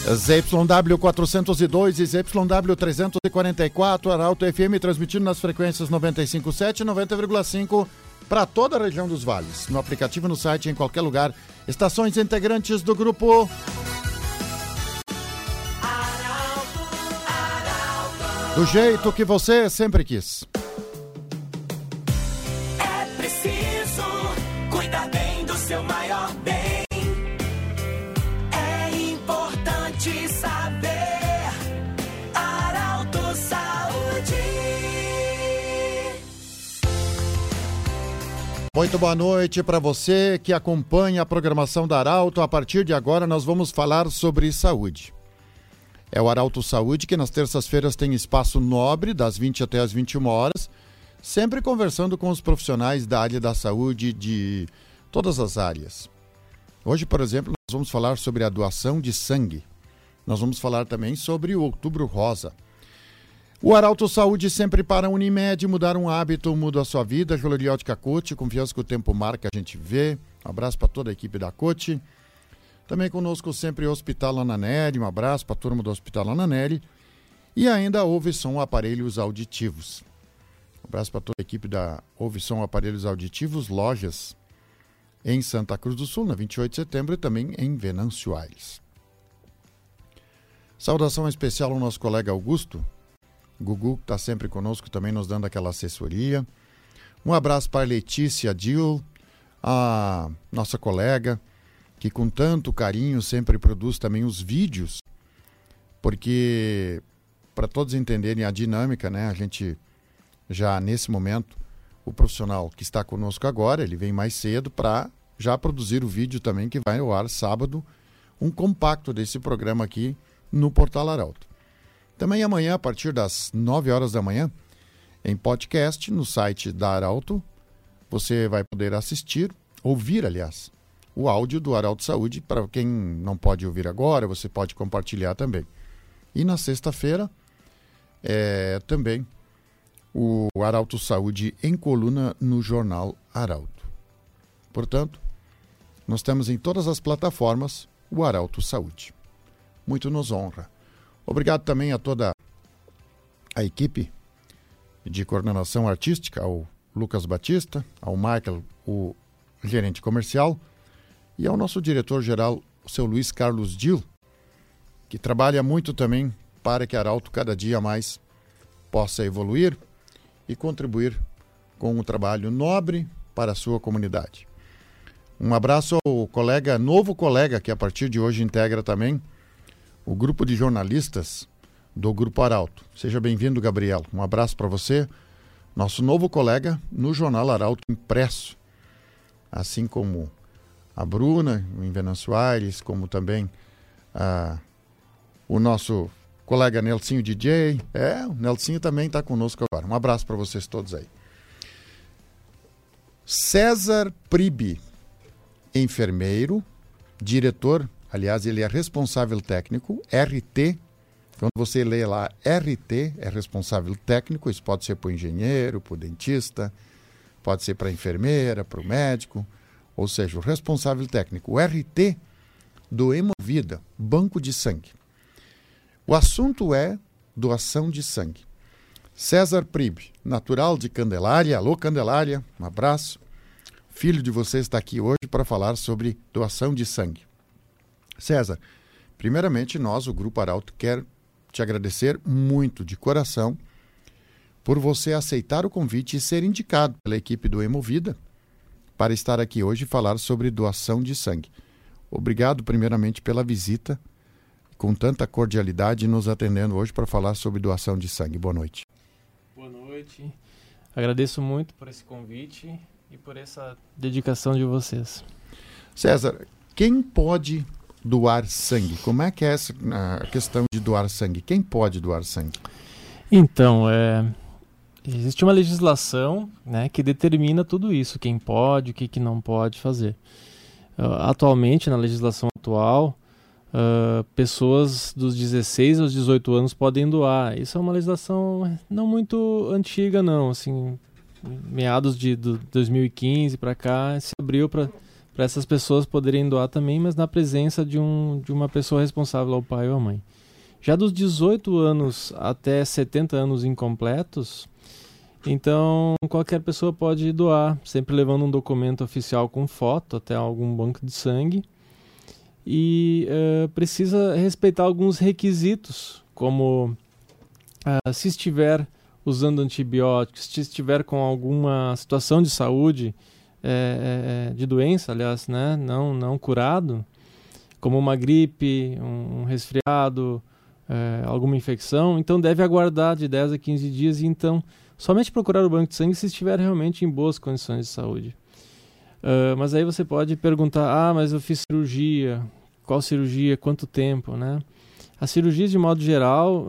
ZYW 402 e ZYW 344, Arauto FM, transmitindo nas frequências 95.7 e 90,5 para toda a região dos vales. No aplicativo, no site, em qualquer lugar. Estações integrantes do grupo do jeito que você sempre quis. É preciso cuidar bem do seu maior bem. É importante saber. Arauto Saúde. Muito boa noite para você que acompanha a programação da Arauto. A partir de agora nós vamos falar sobre saúde. É o Arauto Saúde, que nas terças-feiras tem espaço nobre, das 20 até as 21 horas, sempre conversando com os profissionais da área da saúde de todas as áreas. Hoje, por exemplo, nós vamos falar sobre a doação de sangue. Nós vamos falar também sobre o Outubro Rosa. O Arauto Saúde sempre para a Unimed, mudar um hábito, muda a sua vida. Joalheria Ótica Cote, confiança que o tempo marca, a gente vê. Um abraço para toda a equipe da Cote. Também conosco sempre o Hospital Ananelli, um abraço para a turma do Hospital Ananelli. E ainda a Ouvisom Aparelhos Auditivos. Um abraço para toda a equipe da Ouvisom Aparelhos Auditivos, lojas em Santa Cruz do Sul, na 28 de setembro, e também em Venâncio Aires. Saudação especial ao nosso colega Augusto, Gugu, que está sempre conosco, também nos dando aquela assessoria. Um abraço para a Letícia Dil, a nossa colega, que com tanto carinho sempre produz também os vídeos, porque, para todos entenderem a dinâmica, né, a gente já nesse momento, o profissional que está conosco agora, ele vem mais cedo para já produzir o vídeo também que vai ao ar sábado, um compacto desse programa aqui no Portal Arauto. Também amanhã, a partir das 9 horas da manhã, em podcast, no site da Arauto, você vai poder ouvir, o áudio do Arauto Saúde. Para quem não pode ouvir agora, você pode compartilhar também. E na sexta-feira, também o Arauto Saúde em coluna no Jornal Arauto. Portanto, nós temos em todas as plataformas o Arauto Saúde. Muito nos honra. Obrigado também a toda a equipe de coordenação artística, ao Lucas Batista, ao Michael, o gerente comercial, e ao nosso diretor-geral, o seu Luiz Carlos Dil, que trabalha muito também para que a Arauto cada dia mais possa evoluir e contribuir com um trabalho nobre para a sua comunidade. Um abraço ao novo colega, que a partir de hoje integra também o grupo de jornalistas do Grupo Arauto. Seja bem-vindo, Gabriel. Um abraço para você, nosso novo colega no Jornal Arauto impresso, assim como a Bruna, em Venâncio Aires, como também o nosso colega Nelsinho DJ. O Nelsinho também está conosco agora. Um abraço para vocês todos aí. César Pribe, enfermeiro, diretor, aliás, ele é responsável técnico, RT. Quando você lê lá RT, é responsável técnico, isso pode ser para o engenheiro, para o dentista, pode ser para a enfermeira, para o médico, ou seja, o responsável técnico, o RT do Hemovida, Banco de Sangue. O assunto é doação de sangue. César Pribe, natural de Candelária. Alô, Candelária, um abraço. Filho de vocês está aqui hoje para falar sobre doação de sangue. César, primeiramente nós, o Grupo Arauto, quer te agradecer muito de coração por você aceitar o convite e ser indicado pela equipe do Hemovida para estar aqui hoje e falar sobre doação de sangue. Obrigado, primeiramente, pela visita, com tanta cordialidade, nos atendendo hoje para falar sobre doação de sangue. Boa noite. Boa noite. Agradeço muito por esse convite e por essa dedicação de vocês. César, quem pode doar sangue? Como é que é essa a questão de doar sangue? Quem pode doar sangue? Então, existe uma legislação, né, que determina tudo isso, quem pode, o que não pode fazer. Atualmente, na legislação atual, pessoas dos 16 aos 18 anos podem doar. Isso é uma legislação não muito antiga, não. Assim, meados de 2015 para cá, se abriu para para essas pessoas poderem doar também, mas na presença de uma pessoa responsável, ao pai ou à mãe. Já dos 18 anos até 70 anos incompletos, então qualquer pessoa pode doar, sempre levando um documento oficial com foto até algum banco de sangue, e precisa respeitar alguns requisitos, como se estiver usando antibióticos, se estiver com alguma situação de saúde, de doença, aliás, né, não curado, como uma gripe, um resfriado, alguma infecção, então deve aguardar de 10 a 15 dias e então somente procurar o banco de sangue se estiver realmente em boas condições de saúde. Mas aí você pode perguntar, mas eu fiz cirurgia, qual cirurgia, quanto tempo, né? As cirurgias, de modo geral,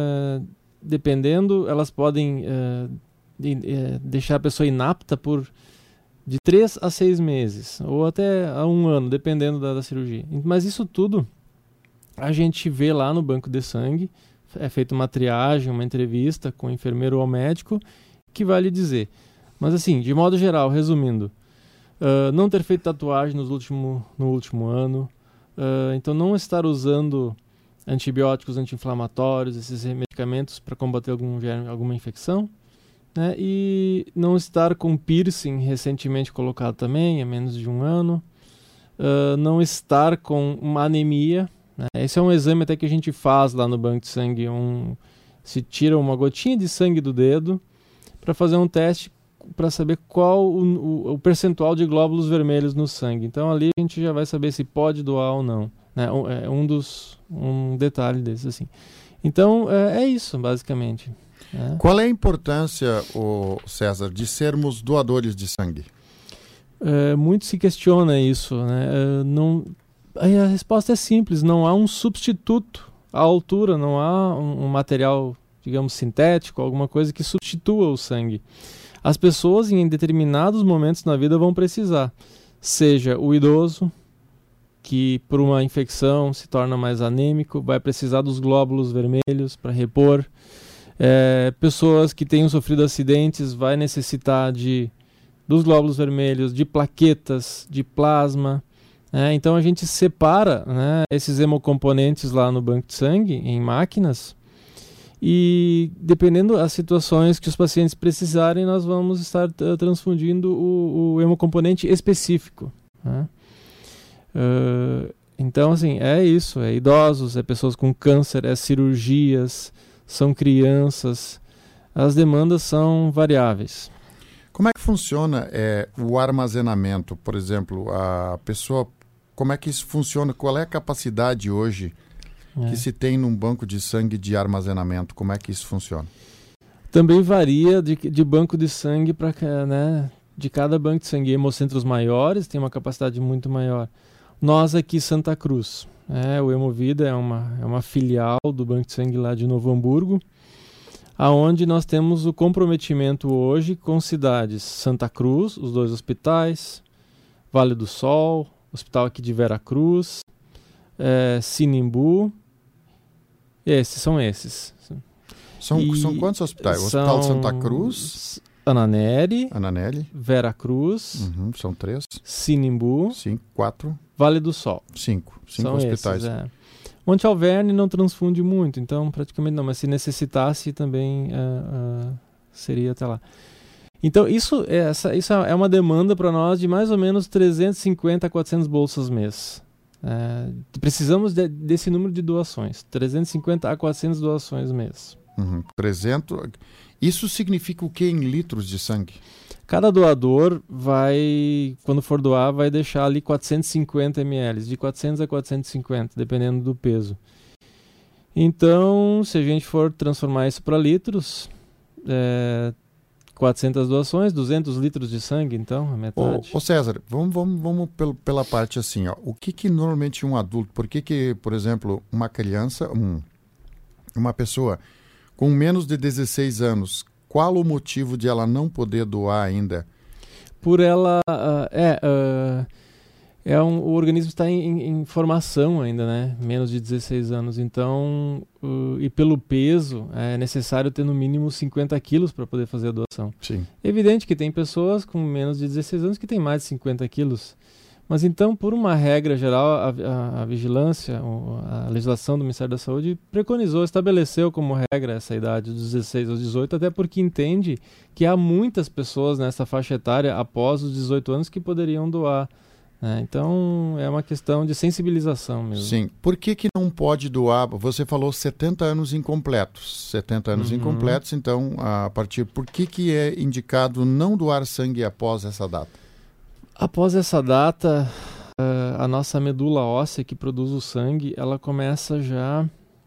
dependendo, elas podem deixar a pessoa inapta por de 3 a 6 meses, ou até a 1 ano, dependendo da cirurgia. Mas isso tudo a gente vê lá no banco de sangue, é feita uma triagem, uma entrevista com o enfermeiro ou médico, que vai lhe dizer. Mas assim, de modo geral, resumindo, não ter feito tatuagem no último ano, então não estar usando antibióticos anti-inflamatórios, esses medicamentos para combater algum germe, alguma infecção, né? E não estar com piercing recentemente colocado também, há menos de 1 ano, não estar com uma anemia, né? Esse é um exame até que a gente faz lá no banco de sangue, se tira uma gotinha de sangue do dedo para fazer um teste para saber qual o percentual de glóbulos vermelhos no sangue. Então ali a gente já vai saber se pode doar ou não, né? É um detalhe desse assim. Então é isso basicamente. Qual é a importância, César, de sermos doadores de sangue? Muito se questiona isso, né? A resposta é simples, não há um substituto à altura, não há um material, digamos, sintético, alguma coisa que substitua o sangue. As pessoas em determinados momentos na vida vão precisar, seja o idoso, que por uma infecção se torna mais anêmico, vai precisar dos glóbulos vermelhos para repor. Pessoas que tenham sofrido acidentes vai necessitar dos glóbulos vermelhos, de plaquetas, de plasma. Então a gente separa, né, esses hemocomponentes lá no banco de sangue, em máquinas, e dependendo das situações que os pacientes precisarem, nós vamos estar transfundindo o hemocomponente específico, né? Então assim, é isso, é idosos, é pessoas com câncer, é cirurgias, são crianças, as demandas são variáveis. Como é que funciona o armazenamento? Por exemplo, a pessoa, como é que isso funciona? Qual é a capacidade hoje que se tem num banco de sangue de armazenamento? Como é que isso funciona? Também varia de banco de sangue para, né, de cada banco de sangue. Hemocentros maiores têm uma capacidade muito maior. Nós aqui, Santa Cruz, o Hemovida é uma filial do Banco de Sangue lá de Novo Hamburgo, aonde nós temos o comprometimento hoje com cidades Santa Cruz, os 2 hospitais, Vale do Sol, hospital aqui de Vera Cruz, Sinimbu, são esses. São quantos hospitais? O Hospital de Santa Cruz, Ananeri, Vera Cruz, são 3, Sinimbu, 5, 4, Vale do Sol. 5 hospitais. Monte Alverne não transfunde muito, então praticamente não, mas se necessitasse também seria até lá. Então isso é uma demanda para nós de mais ou menos 350 a 400 bolsas mês. Precisamos desse número de doações, 350 a 400 doações mês. 300. Isso significa o que em litros de sangue? Cada doador quando for doar, vai deixar ali 450 ml, de 400 a 450, dependendo do peso. Então, se a gente for transformar isso para litros, 400 doações, 200 litros de sangue, então, a metade. Ô César, vamos pela parte assim, ó. O que normalmente um adulto, por que, por exemplo, uma criança, uma pessoa com menos de 16 anos, qual o motivo de ela não poder doar ainda? Por ela... o organismo está em formação ainda, né? Menos de 16 anos. Então, e pelo peso, é necessário ter no mínimo 50 quilos para poder fazer a doação. Sim. É evidente que tem pessoas com menos de 16 anos que têm mais de 50 quilos. Mas então, por uma regra geral, a vigilância, a legislação do Ministério da Saúde preconizou, estabeleceu como regra essa idade dos 16 aos 18, até porque entende que há muitas pessoas nessa faixa etária após os 18 anos que poderiam doar. Então, é uma questão de sensibilização mesmo. Sim. Por que não pode doar? Você falou 70 anos incompletos. 70 anos incompletos, então, a partir... Por que é indicado não doar sangue após essa data? Após essa data, a nossa medula óssea que produz o sangue, ela começa já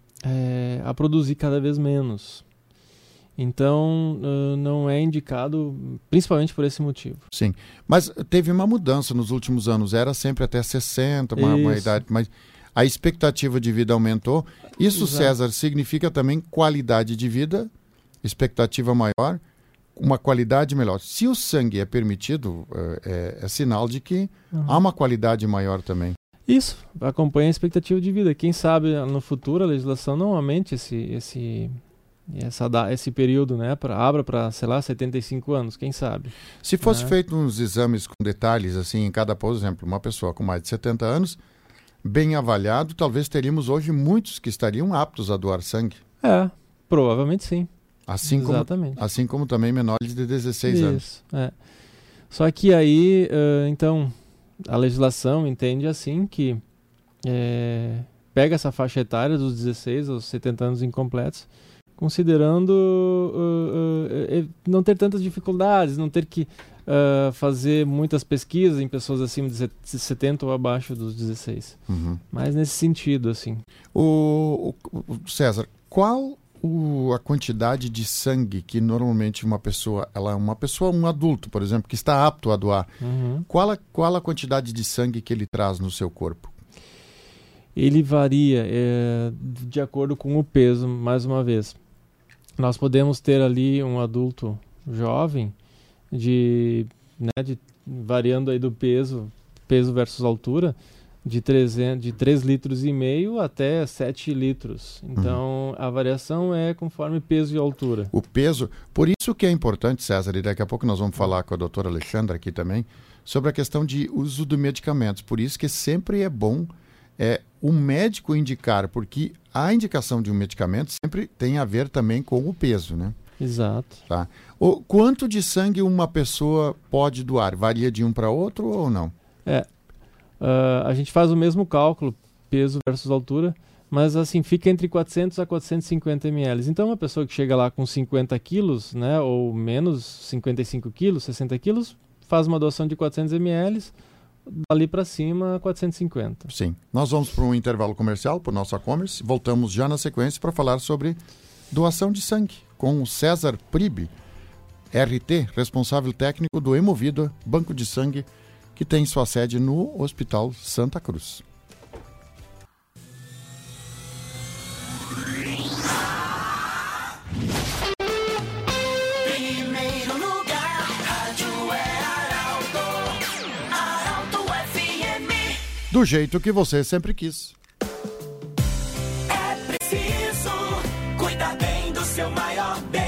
a produzir cada vez menos. Então, não é indicado, principalmente por esse motivo. Sim, mas teve uma mudança nos últimos anos. Era sempre até 60, uma idade, mas a expectativa de vida aumentou. Isso, exato. César, significa também qualidade de vida, expectativa maior, uma qualidade melhor. Se o sangue é permitido, é sinal de que há uma qualidade maior também. Isso, acompanha a expectativa de vida. Quem sabe no futuro a legislação não aumente esse período, né? Abra para, sei lá, 75 anos, quem sabe. Se fosse feito uns exames com detalhes, assim, em cada, por exemplo, uma pessoa com mais de 70 anos, bem avaliado, talvez teríamos hoje muitos que estariam aptos a doar sangue. Provavelmente sim. Exatamente. Assim como também menores de 16 anos. Só que aí, então, a legislação entende assim que pega essa faixa etária dos 16 aos 70 anos incompletos, considerando não ter tantas dificuldades, não ter que fazer muitas pesquisas em pessoas acima de 70 ou abaixo dos 16. Mas nesse sentido, assim. César, qual a quantidade de sangue que normalmente um adulto, por exemplo, que está apto a doar, qual a quantidade de sangue que ele traz no seu corpo? Ele varia de acordo com o peso, mais uma vez. Nós podemos ter ali um adulto jovem, variando aí do peso versus altura, de 3 litros e meio até 7 litros. Então, a variação é conforme peso e altura. O peso, por isso que é importante, César, e daqui a pouco nós vamos falar com a doutora Alexandra aqui também, sobre a questão de uso de medicamentos. Por isso que sempre é bom o médico indicar, porque a indicação de um medicamento sempre tem a ver também com o peso, né? Exato. Tá. Quanto de sangue uma pessoa pode doar? Varia de um para outro ou não? A gente faz o mesmo cálculo, peso versus altura, mas assim, fica entre 400 a 450 ml. Então, uma pessoa que chega lá com 50 quilos, né, ou menos 55 quilos, 60 quilos, faz uma doação de 400 ml, dali para cima, 450. Sim. Nós vamos para um intervalo comercial, para o nosso e-commerce. Voltamos já na sequência para falar sobre doação de sangue com o César Pribe, RT, responsável técnico do Hemovida, Banco de Sangue, que tem sua sede no Hospital Santa Cruz. Primeiro lugar, rádio Arauto FM. Do jeito que você sempre quis. É preciso cuidar bem do seu maior bem.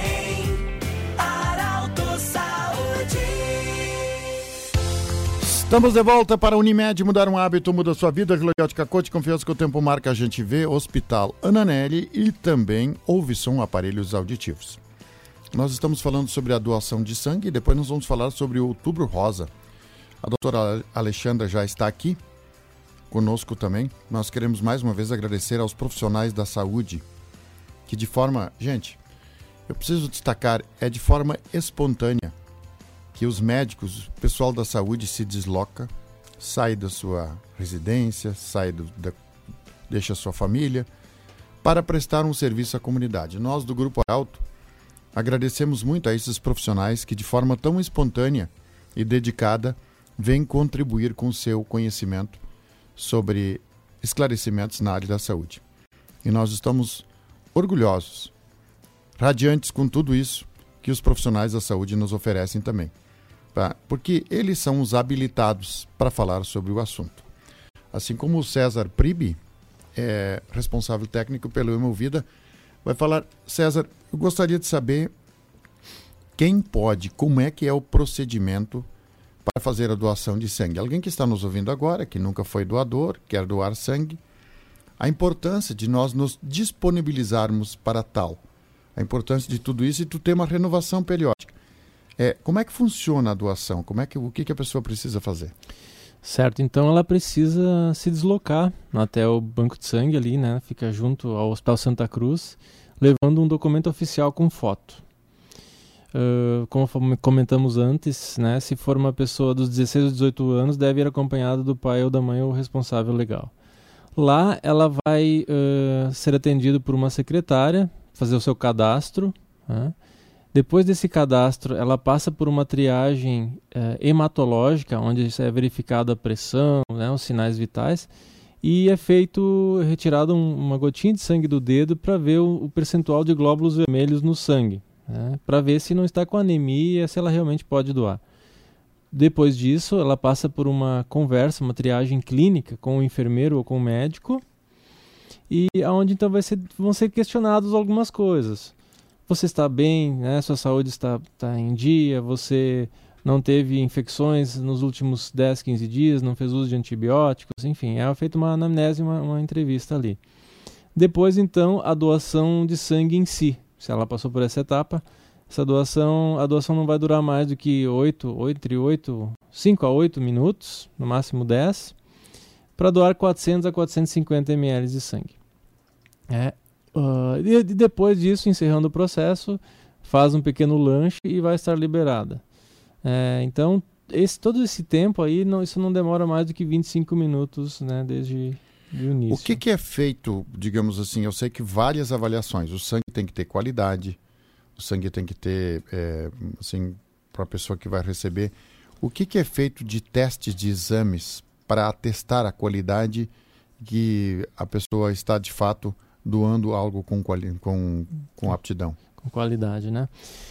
Estamos de volta para a Unimed. Mudar um hábito muda sua vida. Gileótica Coach, confiança que o tempo marca, a gente vê. Hospital Ananelli e também Ouvisom Aparelhos Auditivos. Nós estamos falando sobre a doação de sangue e depois nós vamos falar sobre o Outubro Rosa. A doutora Alexandra já está aqui conosco também. Nós queremos mais uma vez agradecer aos profissionais da saúde que de forma... Gente, eu preciso destacar, de forma espontânea, que os médicos, o pessoal da saúde se desloca, sai da sua residência, deixa a sua família, para prestar um serviço à comunidade. Nós, do Grupo Arauto, agradecemos muito a esses profissionais que, de forma tão espontânea e dedicada, vêm contribuir com o seu conhecimento sobre esclarecimentos na área da saúde. E nós estamos orgulhosos, radiantes com tudo isso que os profissionais da saúde nos oferecem também. Porque eles são os habilitados para falar sobre o assunto. Assim como o César Pribe, responsável técnico pelo Hemovida, vai falar. César, eu gostaria de saber quem pode, como é que é o procedimento para fazer a doação de sangue? Alguém que está nos ouvindo agora, que nunca foi doador, quer doar sangue, a importância de nós nos disponibilizarmos para tal. A importância de tudo isso e tu ter uma renovação periódica. Como é que funciona a doação? O que a pessoa precisa fazer? Certo, então ela precisa se deslocar até o banco de sangue ali, né? Fica junto ao Hospital Santa Cruz, levando um documento oficial com foto. Como comentamos antes, né? Se for uma pessoa dos 16 ou 18 anos, deve ir acompanada do pai ou da mãe ou responsável legal. Lá ela vai ser atendida por uma secretária, fazer o seu cadastro, né? Depois desse cadastro, ela passa por uma triagem hematológica, onde é verificada a pressão, né, os sinais vitais, e é retirado uma gotinha de sangue do dedo para ver o percentual de glóbulos vermelhos no sangue, né, para ver se não está com anemia, se ela realmente pode doar. Depois disso, ela passa por uma conversa, uma triagem clínica com o enfermeiro ou com o médico, e onde então vão ser questionadas algumas coisas. Você está bem, né? Sua saúde está em dia, você não teve infecções nos últimos 10, 15 dias, não fez uso de antibióticos, enfim, é feita uma anamnese, uma entrevista ali. Depois, então, a doação de sangue em si. Se ela passou por essa etapa, a doação não vai durar mais do que 5 a 8 minutos, no máximo 10, para doar 400 a 450 ml de sangue. E depois disso, encerrando o processo, faz um pequeno lanche e vai estar liberada. Então, todo esse tempo aí, isso não demora mais do que 25 minutos, né, desde o início. O que é feito, digamos assim, eu sei que várias avaliações, o sangue tem que ter qualidade, o sangue tem que ter, assim, para a pessoa que vai receber, o que é feito de testes de exames para atestar a qualidade que a pessoa está, de fato, doando algo com aptidão? Com qualidade, né?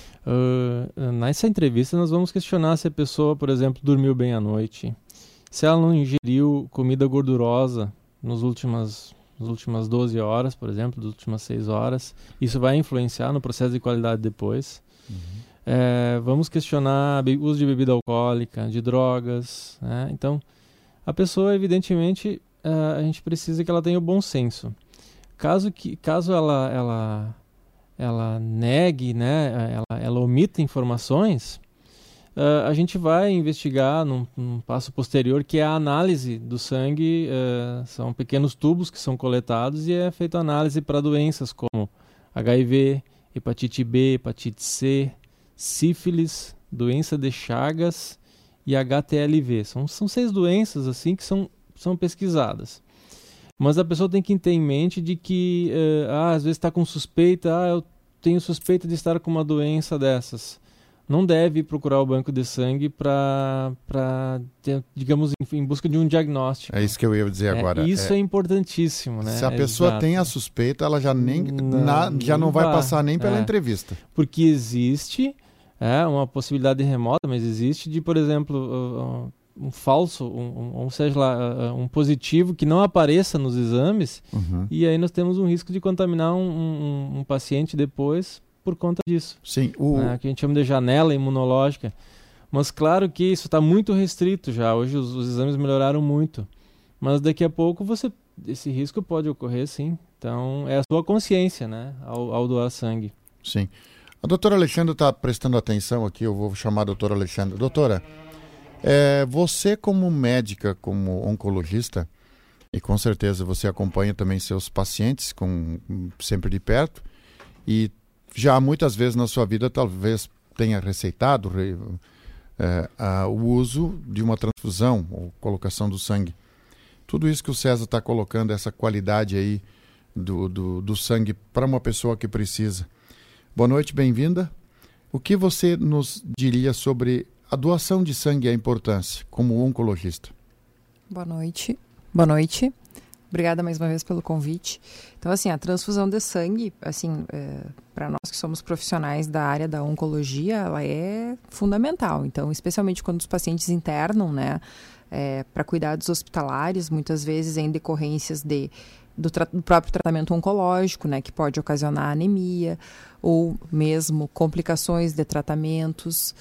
Nessa entrevista nós vamos questionar se a pessoa, por exemplo, dormiu bem à noite, se ela não ingeriu comida gordurosa nas últimas 12 horas, por exemplo, das últimas 6 horas. Isso vai influenciar no processo de qualidade depois. Vamos questionar o uso de bebida alcoólica, de drogas, né? Então, a pessoa, evidentemente, a gente precisa que ela tenha o bom senso. Caso ela negue, né, ela omita informações, a gente vai investigar num passo posterior, que é a análise do sangue. São pequenos tubos que são coletados e é feita análise para doenças como HIV, hepatite B, hepatite C, sífilis, doença de Chagas e HTLV. São 6 doenças assim que são pesquisadas. Mas a pessoa tem que ter em mente de que, às vezes está com suspeita, eu tenho suspeita de estar com uma doença dessas. Não deve procurar o banco de sangue para digamos, em busca de um diagnóstico. É isso que eu ia dizer agora. Isso é importantíssimo, né? Se a pessoa tem a suspeita, ela já não vai passar nem pela entrevista. Porque existe uma possibilidade remota, mas existe de, por exemplo, um falso, ou seja lá, um positivo que não apareça nos exames, e aí nós temos um risco de contaminar um paciente depois por conta disso. Sim. Que a gente chama de janela imunológica. Mas claro que isso está muito restrito já. Hoje os exames melhoraram muito. Mas daqui a pouco esse risco pode ocorrer, sim. Então é a sua consciência, né, ao doar sangue. Sim. A doutora Alexandra está prestando atenção aqui, eu vou chamar a doutora Alexandra. Doutora, você como médica, como oncologista, e com certeza você acompanha também seus pacientes sempre de perto, e já muitas vezes na sua vida talvez tenha receitado o uso de uma transfusão ou colocação do sangue. Tudo isso que o César está colocando, essa qualidade aí do sangue para uma pessoa que precisa. Boa noite, bem-vinda. O que você nos diria sobre a doação de sangue e a importância como oncologista? Boa noite. Boa noite. Obrigada mais uma vez pelo convite. Então, assim, a transfusão de sangue, assim, para nós que somos profissionais da área da oncologia, ela é fundamental. Então, especialmente quando os pacientes internam, né, para cuidados hospitalares, muitas vezes em decorrências do próprio tratamento oncológico, né, que pode ocasionar anemia ou mesmo complicações de tratamentos.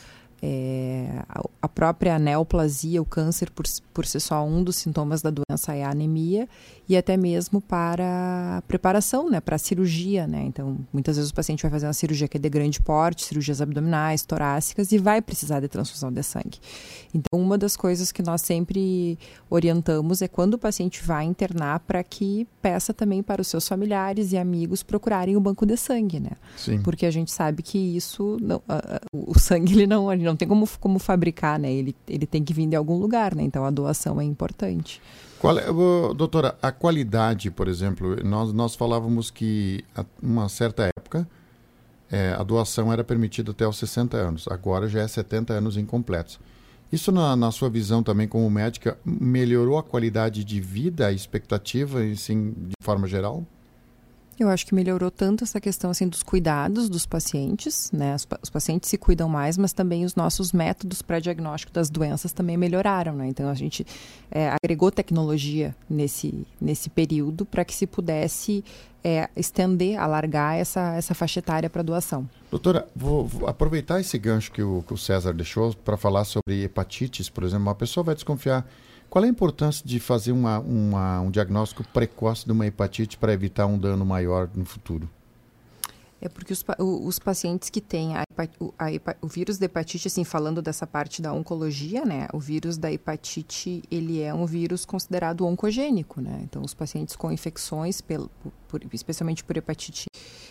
A própria neoplasia, o câncer, por ser só um dos sintomas da doença, é a anemia, e até mesmo para a preparação, né, para a cirurgia, né? Então, muitas vezes o paciente vai fazer uma cirurgia que é de grande porte, cirurgias abdominais, torácicas, e vai precisar de transfusão de sangue. Então, uma das coisas que nós sempre orientamos é quando o paciente vai internar, para que peça também para os seus familiares e amigos procurarem o banco de sangue, né? Sim. Porque a gente sabe que isso, o sangue ele não tem como fabricar, né? Ele tem que vir de algum lugar, né? Então a doação é importante. Doutora, a qualidade, por exemplo, nós falávamos que a uma certa época a doação era permitida até os 60 anos, agora já é 70 anos incompletos. Isso, na sua visão também como médica, melhorou a qualidade de vida, a expectativa, assim, de forma geral? Eu acho que melhorou tanto essa questão assim, dos cuidados dos pacientes, né? Os pacientes se cuidam mais, mas também os nossos métodos para diagnóstico das doenças também melhoraram, né? Então a gente agregou tecnologia nesse período para que se pudesse estender, alargar essa faixa etária para doação. Doutora, vou aproveitar esse gancho que o César deixou para falar sobre hepatites, por exemplo. Uma pessoa vai desconfiar. Qual é a importância de fazer um diagnóstico precoce de uma hepatite para evitar um dano maior no futuro? É porque os pacientes que têm o vírus da hepatite, assim, falando dessa parte da oncologia, né? O vírus da hepatite, ele é um vírus considerado oncogênico, né? Então, os pacientes com infecções, especialmente por hepatite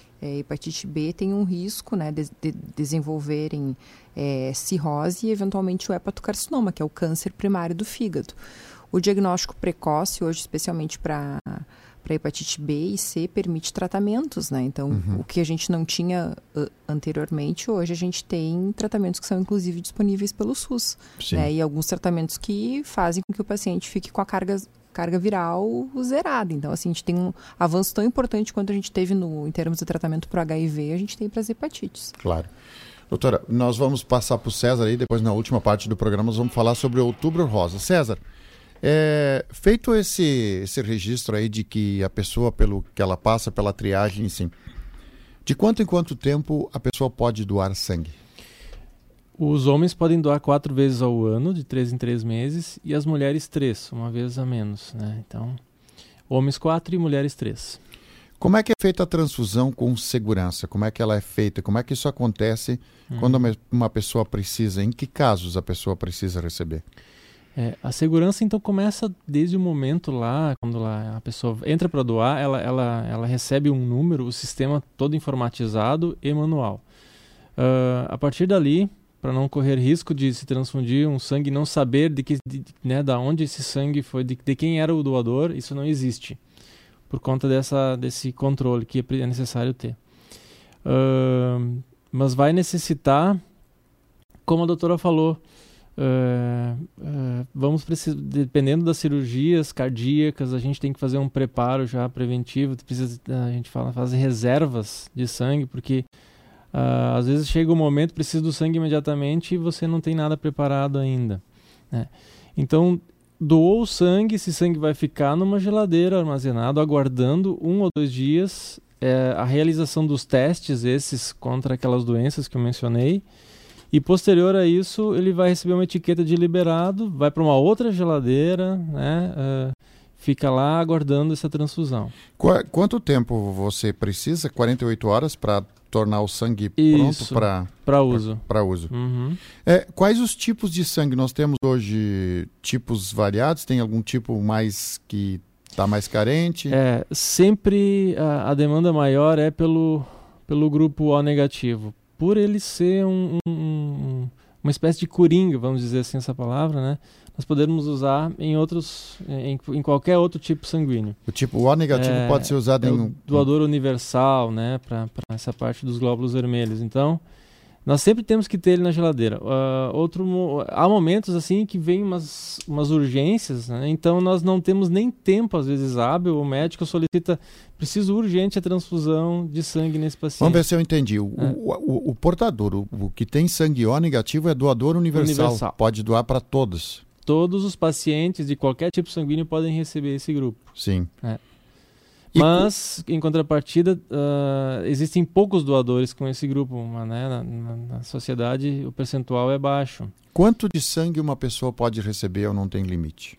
B, têm um risco, né, de desenvolverem cirrose e, eventualmente, o hepatocarcinoma, que é o câncer primário do fígado. O diagnóstico precoce, hoje, especialmente para hepatite B e C, permite tratamentos, né? Então, o que a gente não tinha anteriormente, hoje a gente tem tratamentos que são, inclusive, disponíveis pelo SUS. Né? E alguns tratamentos que fazem com que o paciente fique com a carga viral zerada. Então, assim, a gente tem um avanço tão importante quanto a gente teve em termos de tratamento para o HIV, a gente tem para as hepatites. Claro. Doutora, nós vamos passar para o César aí, depois na última parte do programa nós vamos falar sobre o Outubro Rosa. César, feito esse registro aí de que a pessoa, pelo que ela passa, pela triagem, sim, de quanto em quanto tempo a pessoa pode doar sangue? Os homens podem doar 4 vezes ao ano, de 3 em 3 meses, e as mulheres 3, uma vez a menos, né? Então, homens 4 e mulheres 3. Como é que é feita a transfusão com segurança? Como é que ela é feita? Como é que isso acontece quando uma pessoa precisa? Em que casos a pessoa precisa receber? A segurança, então, começa desde o momento lá, quando a pessoa entra para doar, ela recebe um número, o sistema todo informatizado e manual. A partir dali, para não correr risco de se transfundir um sangue e não saber da onde esse sangue foi, de quem era o doador, isso não existe, por conta desse controle que é necessário ter. Mas vai necessitar, como a doutora falou, vamos precisar, dependendo das cirurgias cardíacas, a gente tem que fazer um preparo já preventivo, a gente faz reservas de sangue, porque às vezes chega o momento, precisa do sangue imediatamente e você não tem nada preparado ainda, né? Então, doou o sangue, esse sangue vai ficar numa geladeira armazenado, aguardando 1 ou 2 dias a realização dos testes esses contra aquelas doenças que eu mencionei, e posterior a isso ele vai receber uma etiqueta de liberado, vai para uma outra geladeira, né? Fica lá aguardando essa transfusão. Quanto tempo você precisa? 48 horas para tornar o sangue pronto para uso. Para uso. Quais os tipos de sangue? Nós temos hoje tipos variados? Tem algum tipo mais que está mais carente? Sempre a demanda maior é pelo grupo O negativo. Por ele ser uma espécie de coringa, vamos dizer assim essa palavra, né? Nós podemos usar em qualquer outro tipo sanguíneo. O tipo O negativo pode ser usado em um doador universal, né? Para essa parte dos glóbulos vermelhos. Então, nós sempre temos que ter ele na geladeira. Há momentos assim que vem umas urgências, né? Então nós não temos nem tempo, às vezes hábil, o médico solicita, preciso urgente a transfusão de sangue nesse paciente. Vamos ver se eu entendi. O portador, o que tem sangue O negativo é doador universal. Pode doar para todos. Todos os pacientes de qualquer tipo sanguíneo podem receber esse grupo. Sim. Mas, em contrapartida, existem poucos doadores com esse grupo, né? Na sociedade o percentual é baixo. Quanto de sangue uma pessoa pode receber ou não tem limite?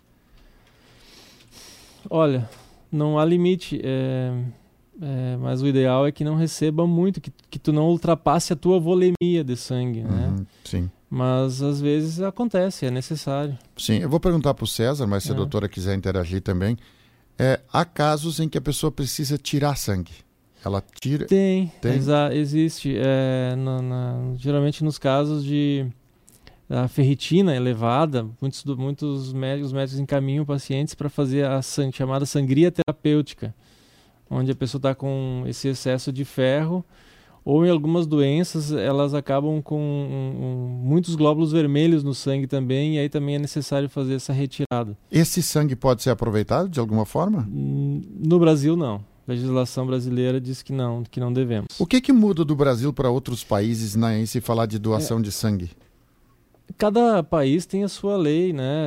Olha, não há limite, mas o ideal é que não receba muito, que tu não ultrapasse a tua volemia de sangue, né? Sim. Mas às vezes acontece, é necessário. Sim, eu vou perguntar para o César, mas se a doutora quiser interagir também, há casos em que a pessoa precisa tirar sangue. Ela tira... Tem? Existe. Geralmente nos casos de a ferritina elevada, muitos médicos encaminham pacientes para fazer a chamada sangria terapêutica, onde a pessoa está com esse excesso de ferro, ou em algumas doenças elas acabam com muitos glóbulos vermelhos no sangue também, e aí também é necessário fazer essa retirada. Esse sangue pode ser aproveitado de alguma forma? No Brasil, não. A legislação brasileira diz que não devemos. O que muda do Brasil para outros países em se falar de doação de sangue? Cada país tem a sua lei, né?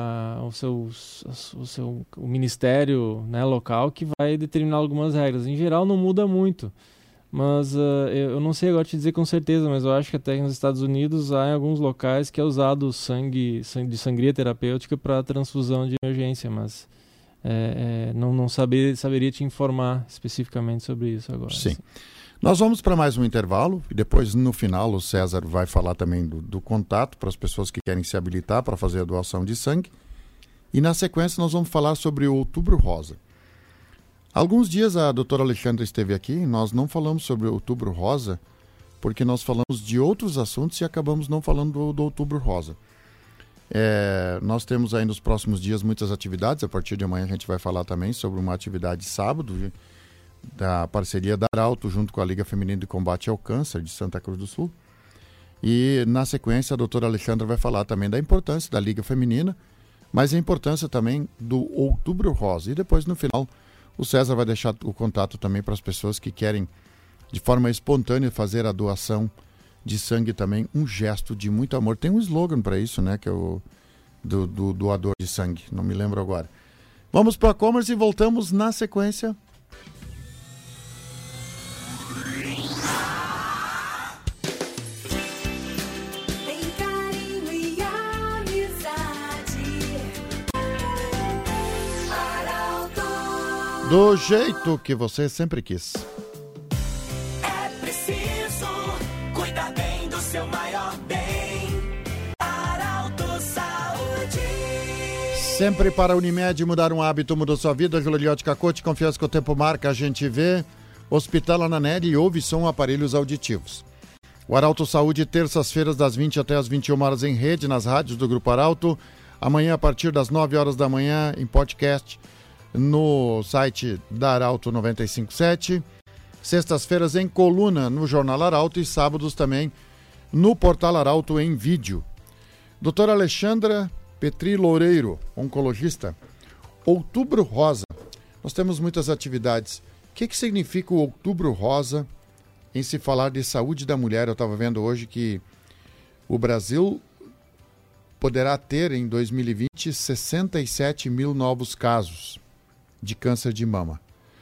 O ministério, né, local que vai determinar algumas regras. Em geral não muda muito, mas eu não sei agora te dizer com certeza, mas eu acho que até nos Estados Unidos há em alguns locais que é usado sangue de sangria terapêutica para transfusão de emergência, mas não saberia te informar especificamente sobre isso agora. Sim. Nós vamos para mais um intervalo e depois, no final, o César vai falar também do contato para as pessoas que querem se habilitar para fazer a doação de sangue. E na sequência nós vamos falar sobre o Outubro Rosa. Alguns dias a doutora Alexandra esteve aqui, nós não falamos sobre o Outubro Rosa, porque nós falamos de outros assuntos e acabamos não falando do Outubro Rosa. Nós temos aí nos próximos dias muitas atividades, a partir de amanhã a gente vai falar também sobre uma atividade sábado, da parceria da Arauto junto com a Liga Feminina de Combate ao Câncer de Santa Cruz do Sul. E na sequência a doutora Alexandra vai falar também da importância da Liga Feminina, mas a importância também do Outubro Rosa. E depois no final o César vai deixar o contato também para as pessoas que querem de forma espontânea fazer a doação de sangue também, um gesto de muito amor. Tem um slogan para isso, né, que é o do doador de sangue, não me lembro agora. Vamos para a Commerce e voltamos na sequência. Do jeito que você sempre quis. É preciso cuidar bem do seu maior bem. Arauto Saúde. Sempre para a Unimed, mudar um hábito mudou sua vida. Juliote Cacote, confiança que o tempo marca, a gente vê. Hospital Ananelli, ouve som, aparelhos auditivos. O Arauto Saúde, terças-feiras das 20 até as 21 horas em rede, nas rádios do Grupo Arauto. Amanhã, a partir das 9 horas da manhã, em podcast, no site da Arauto 957, sextas-feiras em coluna no Jornal Arauto e sábados também no Portal Arauto em vídeo. Doutora Alexandra Petri Loureiro, oncologista. Outubro Rosa, nós temos muitas atividades. O que significa o Outubro Rosa em se falar de saúde da mulher? Eu estava vendo hoje que o Brasil poderá ter em 2020 67 mil novos casos de câncer de mama.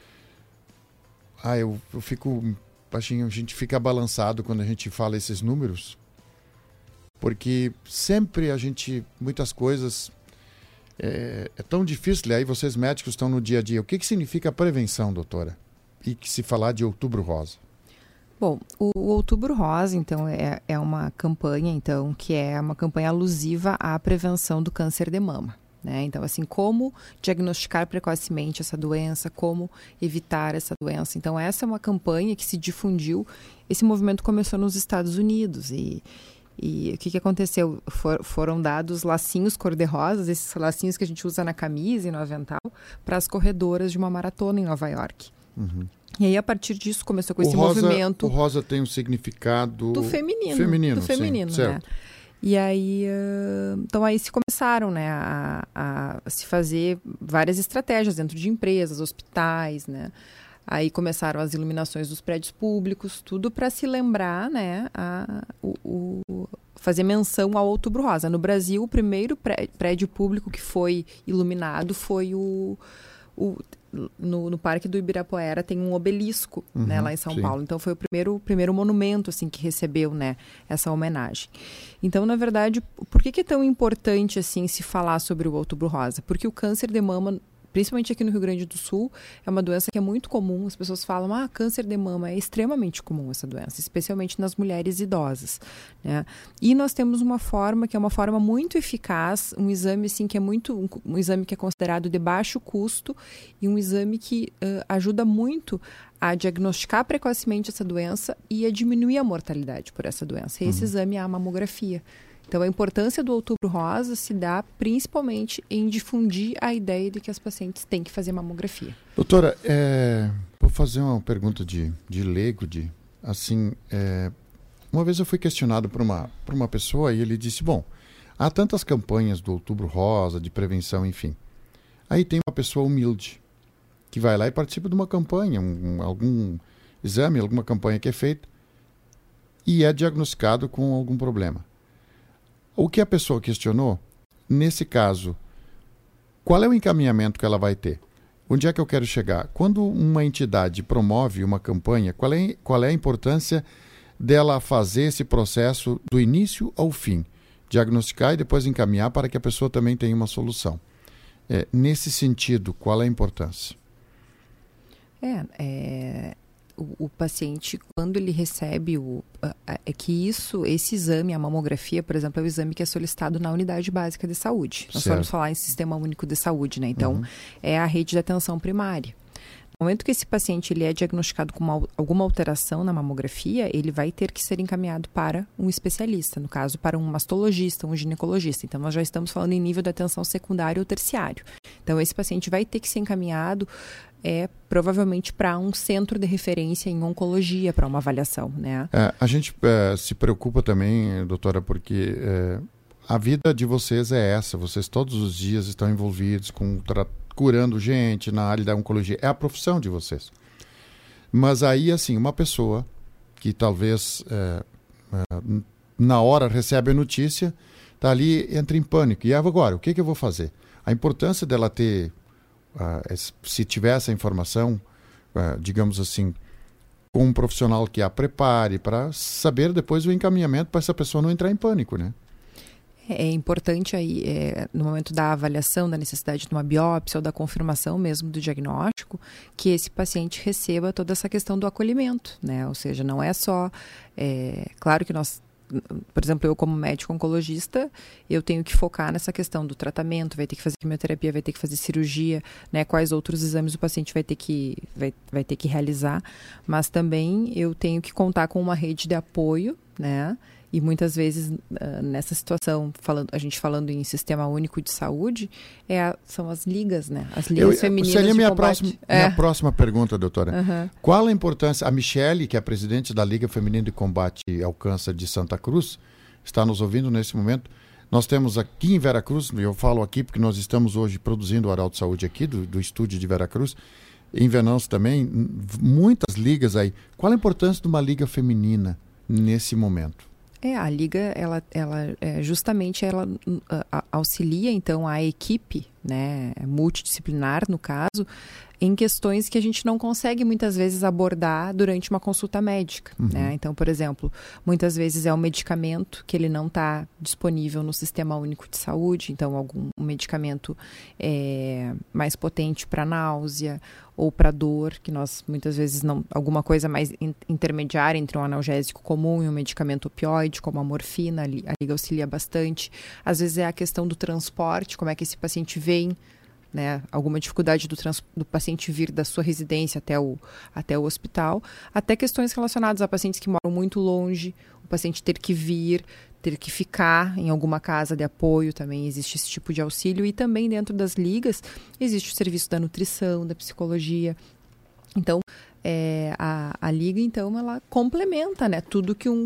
Eu fico, a gente fica balançado quando a gente fala esses números, porque sempre muitas coisas, é tão difícil, aí vocês médicos estão no dia a dia. O que significa prevenção, doutora? E que se falar de Outubro Rosa? Bom, o Outubro Rosa, então, é uma campanha, então, que é uma campanha alusiva à prevenção do câncer de mama. Né? Então, assim, como diagnosticar precocemente essa doença, como evitar essa doença. Então, essa é uma campanha que se difundiu. Esse movimento começou nos Estados Unidos e o que aconteceu? Foram dados lacinhos cor-de-rosas, esses lacinhos que a gente usa na camisa e no avental, para as corredoras de uma maratona em Nova York. Uhum. E aí, a partir disso, começou com esse movimento... O rosa tem um significado... Do feminino. Feminino, do feminino, sim, né? certo. E aí, então aí se começaram, né, a se fazer várias estratégias dentro de empresas, hospitais, né? Aí começaram as iluminações dos prédios públicos, tudo para se lembrar, né, fazer menção ao Outubro Rosa. No Brasil, o primeiro prédio público que foi iluminado foi o no Parque do Ibirapuera tem um obelisco, né, lá em São sim. Paulo. Então foi o primeiro monumento assim que recebeu, né, essa homenagem. Então, na verdade, por que é tão importante assim se falar sobre o Outubro Rosa? Porque o câncer de mama, principalmente aqui no Rio Grande do Sul, é uma doença que é muito comum. As pessoas falam, câncer de mama. É extremamente comum essa doença, especialmente nas mulheres idosas, né? E nós temos uma forma que é uma forma muito eficaz, um exame assim que é um exame que é considerado de baixo custo e um exame que ajuda muito a diagnosticar precocemente essa doença e a diminuir a mortalidade por essa doença. E esse exame é a mamografia. Então, a importância do Outubro Rosa se dá principalmente em difundir a ideia de que as pacientes têm que fazer mamografia. Doutora, vou fazer uma pergunta de leigo. Uma vez eu fui questionado por uma pessoa e ele disse, bom, há tantas campanhas do Outubro Rosa, de prevenção, enfim. Aí tem uma pessoa humilde que vai lá e participa de uma campanha, algum exame, alguma campanha que é feita e é diagnosticado com algum problema. O que a pessoa questionou, nesse caso, qual é o encaminhamento que ela vai ter? Onde é que eu quero chegar? Quando uma entidade promove uma campanha, qual é a importância dela fazer esse processo do início ao fim? Diagnosticar e depois encaminhar para que a pessoa também tenha uma solução. Nesse sentido, qual é a importância? O paciente, quando ele recebe esse exame, a mamografia, por exemplo, é o exame que é solicitado na unidade básica de saúde. Nós vamos falar em Sistema Único de Saúde, né? Então, é a rede de atenção primária. No momento que esse paciente ele é diagnosticado com alguma alteração na mamografia, ele vai ter que ser encaminhado para um especialista, no caso, para um mastologista, um ginecologista. Então, nós já estamos falando em nível de atenção secundário ou terciário. Então, esse paciente vai ter que ser encaminhado provavelmente para um centro de referência em oncologia, para uma avaliação, né? A gente se preocupa também, doutora, porque a vida de vocês é essa. Vocês todos os dias estão envolvidos curando gente na área da oncologia. É a profissão de vocês. Mas aí, assim, uma pessoa que talvez na hora recebe a notícia, está ali, entra em pânico. E agora, o que eu vou fazer? A importância dela ter... se tiver essa informação, digamos assim, com um profissional que a prepare para saber depois o encaminhamento para essa pessoa não entrar em pânico, né? É importante aí, no momento da avaliação da necessidade de uma biópsia ou da confirmação mesmo do diagnóstico, que esse paciente receba toda essa questão do acolhimento, né? Ou seja, não é só... claro que nós... Por exemplo, eu como médico oncologista, eu tenho que focar nessa questão do tratamento, vai ter que fazer quimioterapia, vai ter que fazer cirurgia, né? Quais outros exames o paciente vai ter que realizar, mas também eu tenho que contar com uma rede de apoio, né? E muitas vezes, nessa situação, a gente falando em Sistema Único de Saúde, são as ligas, né? As ligas femininas seria de minha combate. minha próxima pergunta, doutora. Qual a importância... A Michele, que é a presidente da Liga Feminina de Combate ao Câncer de Santa Cruz, está nos ouvindo nesse momento. Nós temos aqui em Veracruz, eu falo aqui porque nós estamos hoje produzindo o Arauto Saúde aqui, do estúdio de Veracruz, em Venâncio também, muitas ligas aí. Qual a importância de uma liga feminina nesse momento? A Liga, ela justamente ela auxilia, então, a equipe, né, multidisciplinar, no caso, em questões que a gente não consegue, muitas vezes, abordar durante uma consulta médica, né? Então, por exemplo, muitas vezes é um medicamento que ele não está disponível no Sistema Único de Saúde, então, algum medicamento mais potente para náusea ou para dor, que nós, muitas vezes, alguma coisa mais intermediária entre um analgésico comum e um medicamento opioide, como a morfina, a Liga auxilia bastante. Às vezes é a questão do transporte, como é que esse paciente vem, né? Alguma dificuldade do paciente vir da sua residência até o hospital, até questões relacionadas a pacientes que moram muito longe, o paciente ter que vir, ter que ficar em alguma casa de apoio, também existe esse tipo de auxílio. E também dentro das ligas existe o serviço da nutrição, da psicologia. Então, a Liga, então, ela complementa, né, tudo que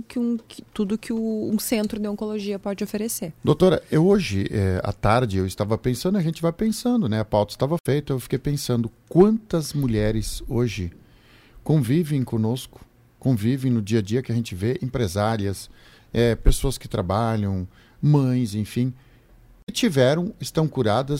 um centro de oncologia pode oferecer. Doutora, hoje, à tarde, eu estava pensando, a gente vai pensando, né, a pauta estava feita, eu fiquei pensando quantas mulheres hoje convivem conosco, convivem no dia a dia que a gente vê, empresárias, pessoas que trabalham, mães, enfim, que estão curadas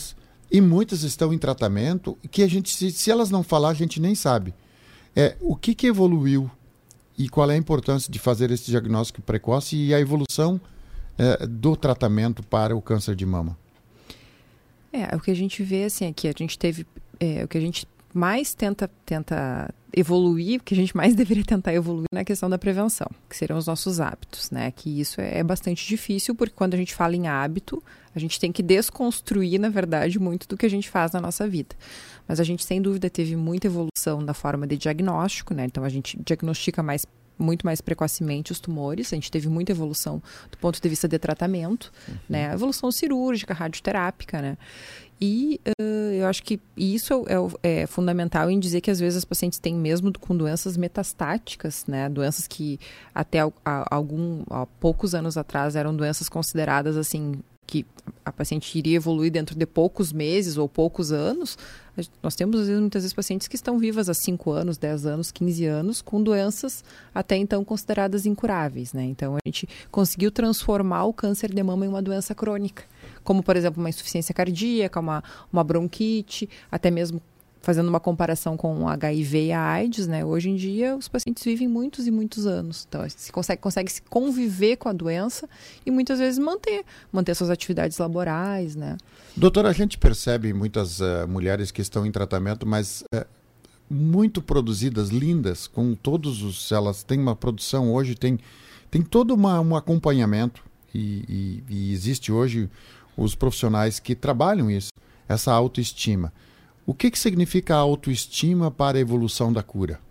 E muitas estão em tratamento que a gente, se elas não falar, a gente nem sabe. O que evoluiu e qual é a importância de fazer esse diagnóstico precoce e a evolução do tratamento para o câncer de mama? O que a gente vê, assim, é que a gente teve... o que a gente mais tenta evoluir, o que a gente mais deveria tentar evoluir na questão da prevenção, que seriam os nossos hábitos, né? Que isso é bastante difícil, porque quando a gente fala em hábito, a gente tem que desconstruir, na verdade, muito do que a gente faz na nossa vida. Mas a gente, sem dúvida, teve muita evolução na forma de diagnóstico, né? Então, a gente diagnostica muito mais precocemente os tumores. A gente teve muita evolução do ponto de vista de tratamento, né? Evolução cirúrgica, radioterápica, né? E eu acho que isso é fundamental em dizer que às vezes as pacientes têm mesmo com doenças metastáticas, né? Doenças que até há poucos anos atrás eram doenças consideradas assim, que a paciente iria evoluir dentro de poucos meses ou poucos anos. Nós temos muitas vezes pacientes que estão vivas há 5 anos, 10 anos, 15 anos, com doenças até então consideradas incuráveis, né? Então a gente conseguiu transformar o câncer de mama em uma doença crônica, como por exemplo uma insuficiência cardíaca, uma bronquite, até mesmo fazendo uma comparação com o HIV e a AIDS, né? Hoje em dia os pacientes vivem muitos e muitos anos. Então, se consegue se conviver com a doença e muitas vezes manter suas atividades laborais, né? Doutora, a gente percebe muitas mulheres que estão em tratamento, mas muito produzidas, lindas, com elas têm uma produção hoje, tem todo um acompanhamento e existe hoje os profissionais que trabalham isso, essa autoestima. O que significa a autoestima para a evolução da cura?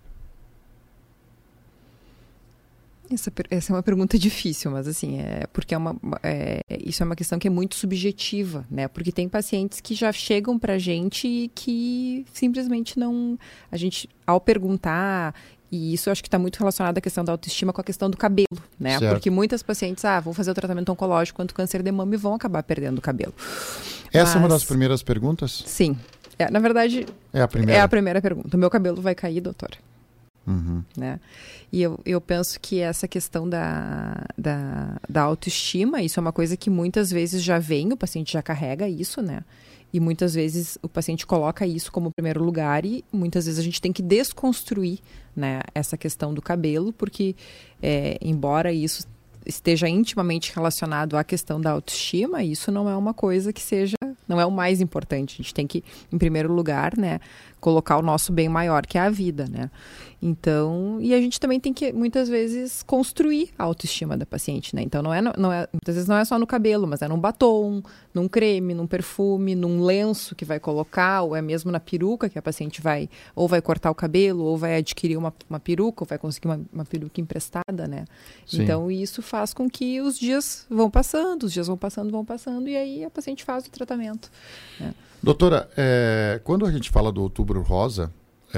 Essa é uma pergunta difícil, mas assim, porque isso é uma questão que é muito subjetiva, né? Porque tem pacientes que já chegam pra gente e que simplesmente não... A gente, ao perguntar... E isso eu acho que está muito relacionado à questão da autoestima com a questão do cabelo, né? Certo. Porque muitas pacientes, vão fazer o tratamento oncológico quanto câncer de mama e vão acabar perdendo o cabelo. Essa é uma das primeiras perguntas? Sim. Na verdade, é a primeira pergunta. O meu cabelo vai cair, doutora? Uhum. Né? E eu penso que essa questão da autoestima, isso é uma coisa que muitas vezes já vem, o paciente já carrega isso, né? E muitas vezes o paciente coloca isso como primeiro lugar e muitas vezes a gente tem que desconstruir, né, essa questão do cabelo, porque embora isso esteja intimamente relacionado à questão da autoestima, isso não é uma coisa que não é o mais importante. A gente tem que, em primeiro lugar, né, colocar o nosso bem maior, que é a vida, né? Então, e a gente também tem que, muitas vezes, construir a autoestima da paciente, né? Então, muitas vezes não é só no cabelo, mas é num batom, num creme, num perfume, num lenço que vai colocar, ou é mesmo na peruca que a paciente vai cortar o cabelo, ou vai adquirir uma peruca, ou vai conseguir uma peruca emprestada, né? Sim. Então, isso faz com que os dias vão passando, e aí a paciente faz o tratamento, né? Doutora, quando a gente fala do Outubro Rosa,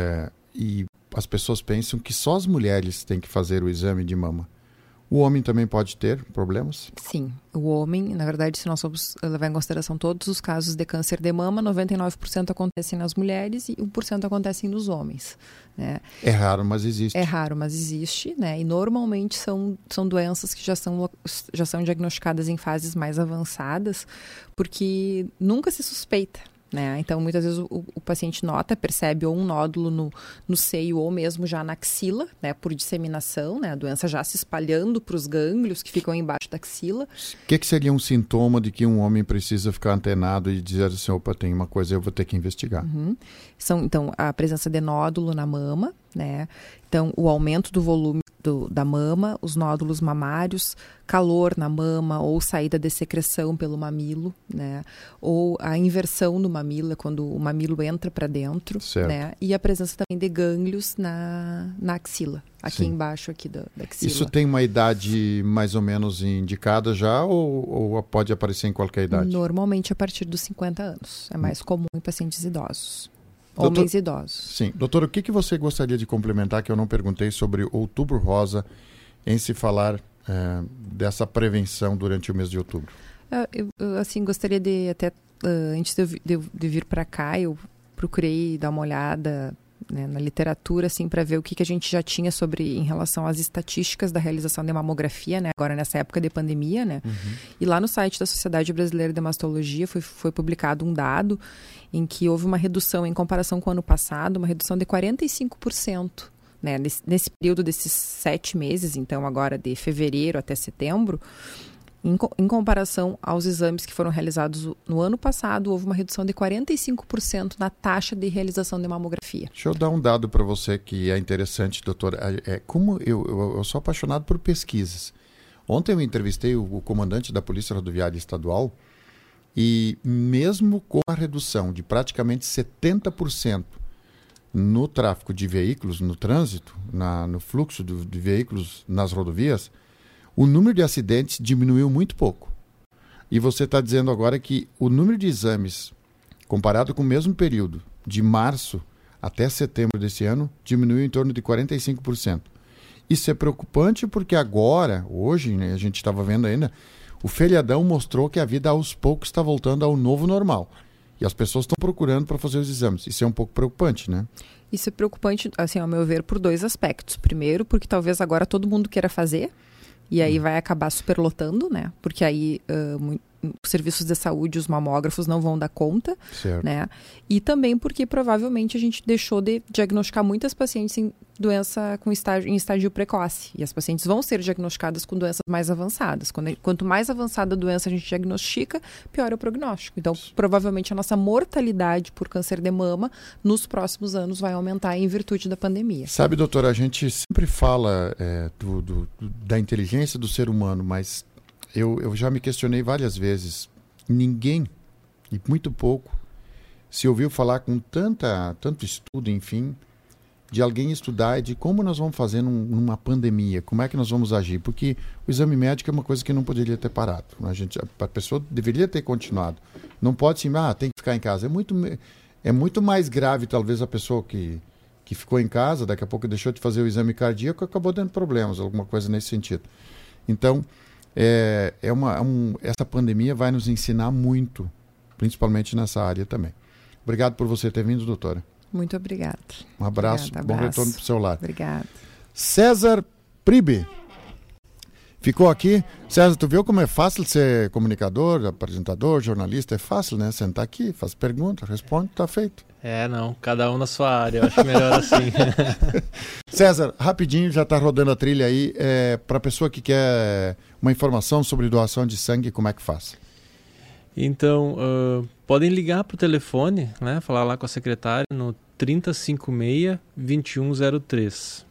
e as pessoas pensam que só as mulheres têm que fazer o exame de mama, o homem também pode ter problemas? Sim, o homem, na verdade, se nós formos levar em consideração todos os casos de câncer de mama, 99% acontecem nas mulheres e 1% acontecem nos homens, né? É raro, mas existe. É raro, mas existe, né? E normalmente são doenças que já são diagnosticadas em fases mais avançadas, porque nunca se suspeita, né? Então, muitas vezes o paciente percebe ou um nódulo no seio ou mesmo já na axila, né? Por disseminação, né? A doença já se espalhando para os gânglios que ficam embaixo da axila. O que seria um sintoma de que um homem precisa ficar antenado e dizer assim, opa, tem uma coisa, eu vou ter que investigar? Uhum. Então, a presença de nódulo na mama, né? Então, o aumento do volume da mama, os nódulos mamários, calor na mama ou saída de secreção pelo mamilo, né? Ou a inversão do mamilo, é quando o mamilo entra para dentro, certo, né? E a presença também de gânglios na axila, aqui Sim. embaixo aqui da axila. Isso tem uma idade mais ou menos indicada já ou pode aparecer em qualquer idade? Normalmente a partir dos 50 anos. É mais comum em pacientes idosos. Doutor, homens idosos. Sim. Doutor, o que você gostaria de complementar que eu não perguntei sobre Outubro Rosa em se falar dessa prevenção durante o mês de outubro? Eu assim, gostaria de até, antes de vir para cá, eu procurei dar uma olhada na literatura, assim, para ver o que a gente já tinha em relação às estatísticas da realização de mamografia, né? Agora nessa época de pandemia, né? E lá no site da Sociedade Brasileira de Mastologia foi publicado um dado em que houve uma redução em comparação com o ano passado, uma redução de 45%. Né, nesse período desses 7 meses, então agora de fevereiro até setembro, em comparação aos exames que foram realizados no ano passado, houve uma redução de 45% na taxa de realização de mamografia. Deixa eu dar um dado para você que é interessante, doutor. Como eu sou apaixonado por pesquisas. Ontem eu entrevistei o comandante da Polícia Rodoviária Estadual e mesmo com a redução de praticamente 70% no tráfego de veículos, no trânsito, no fluxo de veículos nas rodovias, o número de acidentes diminuiu muito pouco. E você está dizendo agora que o número de exames, comparado com o mesmo período, de março até setembro desse ano, diminuiu em torno de 45%. Isso é preocupante porque agora, hoje, né, a gente estava vendo ainda, o feriadão mostrou que a vida aos poucos está voltando ao novo normal. E as pessoas estão procurando para fazer os exames. Isso é um pouco preocupante, né? Isso é preocupante, assim, ao meu ver, por 2 aspectos. Primeiro, porque talvez agora todo mundo queira fazer, e aí vai acabar superlotando, né? Porque aí os serviços de saúde, os mamógrafos não vão dar conta, certo, né? E também porque provavelmente a gente deixou de diagnosticar muitas pacientes em doença em estágio precoce. E as pacientes vão ser diagnosticadas com doenças mais avançadas. Quanto mais avançada a doença a gente diagnostica, pior é o prognóstico. Então, provavelmente a nossa mortalidade por câncer de mama nos próximos anos vai aumentar em virtude da pandemia. Sabe, doutora, a gente sempre fala da inteligência do ser humano, mas eu já me questionei várias vezes. Ninguém, e muito pouco, se ouviu falar com tanto estudo, enfim, de alguém estudar de como nós vamos fazer numa pandemia, como é que nós vamos agir, porque o exame médico é uma coisa que não poderia ter parado. A pessoa deveria ter continuado. Não pode assim, tem que ficar em casa. É muito mais grave, talvez, a pessoa que ficou em casa, daqui a pouco deixou de fazer o exame cardíaco e acabou tendo problemas, alguma coisa nesse sentido. Então, essa pandemia vai nos ensinar muito, principalmente nessa área também. Obrigado por você ter vindo, doutora. Muito obrigada. Um abraço, obrigada, bom retorno para o seu lar. Obrigada. César Pribe ficou aqui. César, tu viu como é fácil ser comunicador, apresentador, jornalista? É fácil, né? Sentar aqui, faz pergunta, responde, tá feito. Não, cada um na sua área, eu acho melhor assim. César, rapidinho, já tá rodando a trilha aí, para a pessoa que quer uma informação sobre doação de sangue, como é que faz? Então, podem ligar para o telefone, né? Falar lá com a secretária no 3056-2103.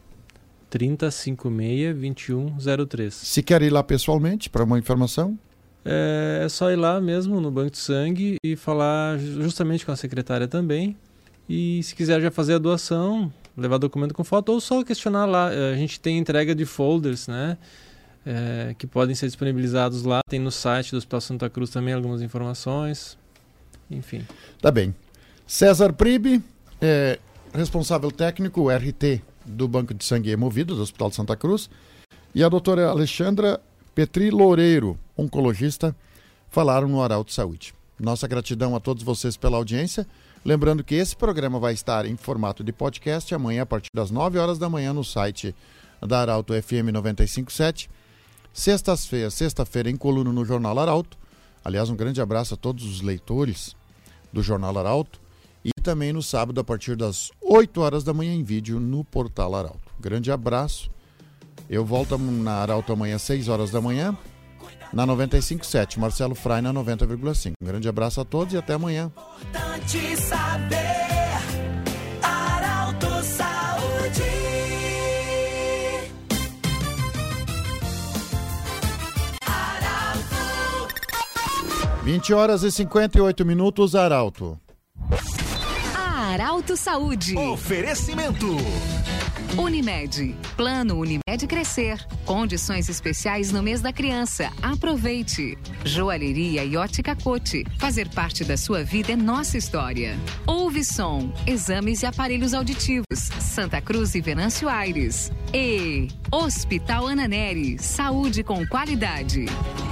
3056-2103. Se quer ir lá pessoalmente para uma informação? É só ir lá mesmo no banco de sangue e falar justamente com a secretária também. E se quiser já fazer a doação, levar documento com foto ou só questionar lá. A gente tem entrega de folders, né? Que podem ser disponibilizados lá. Tem no site do Hospital Santa Cruz também algumas informações. Enfim. Tá bem. César Pribe, responsável técnico, RT do Banco de Sangue Hemovido do Hospital Santa Cruz. E a doutora Alexandra Petri Loureiro, oncologista, falaram no Arauto Saúde. Nossa gratidão a todos vocês pela audiência. Lembrando que esse programa vai estar em formato de podcast amanhã a partir das 9 horas da manhã no site da Arauto FM 95.7. Sexta-feira em coluna no Jornal Arauto. Aliás, um grande abraço a todos os leitores do Jornal Arauto. E também no sábado, a partir das 8 horas da manhã, em vídeo no Portal Arauto. Grande abraço. Eu volto na Arauto amanhã às 6 horas da manhã, na 95.7. Marcelo Frei na 90,5. Um grande abraço a todos e até amanhã. Importante saber, Arauto Saúde. 20 horas e 58 minutos, Arauto. Arauto Saúde. Oferecimento. Unimed. Plano Unimed Crescer. Condições especiais no mês da criança. Aproveite. Joalheria e Ótica Cote. Fazer parte da sua vida é nossa história. Ouve som. Exames e aparelhos auditivos. Santa Cruz e Venâncio Aires. E Hospital Ana Nery. Saúde com qualidade.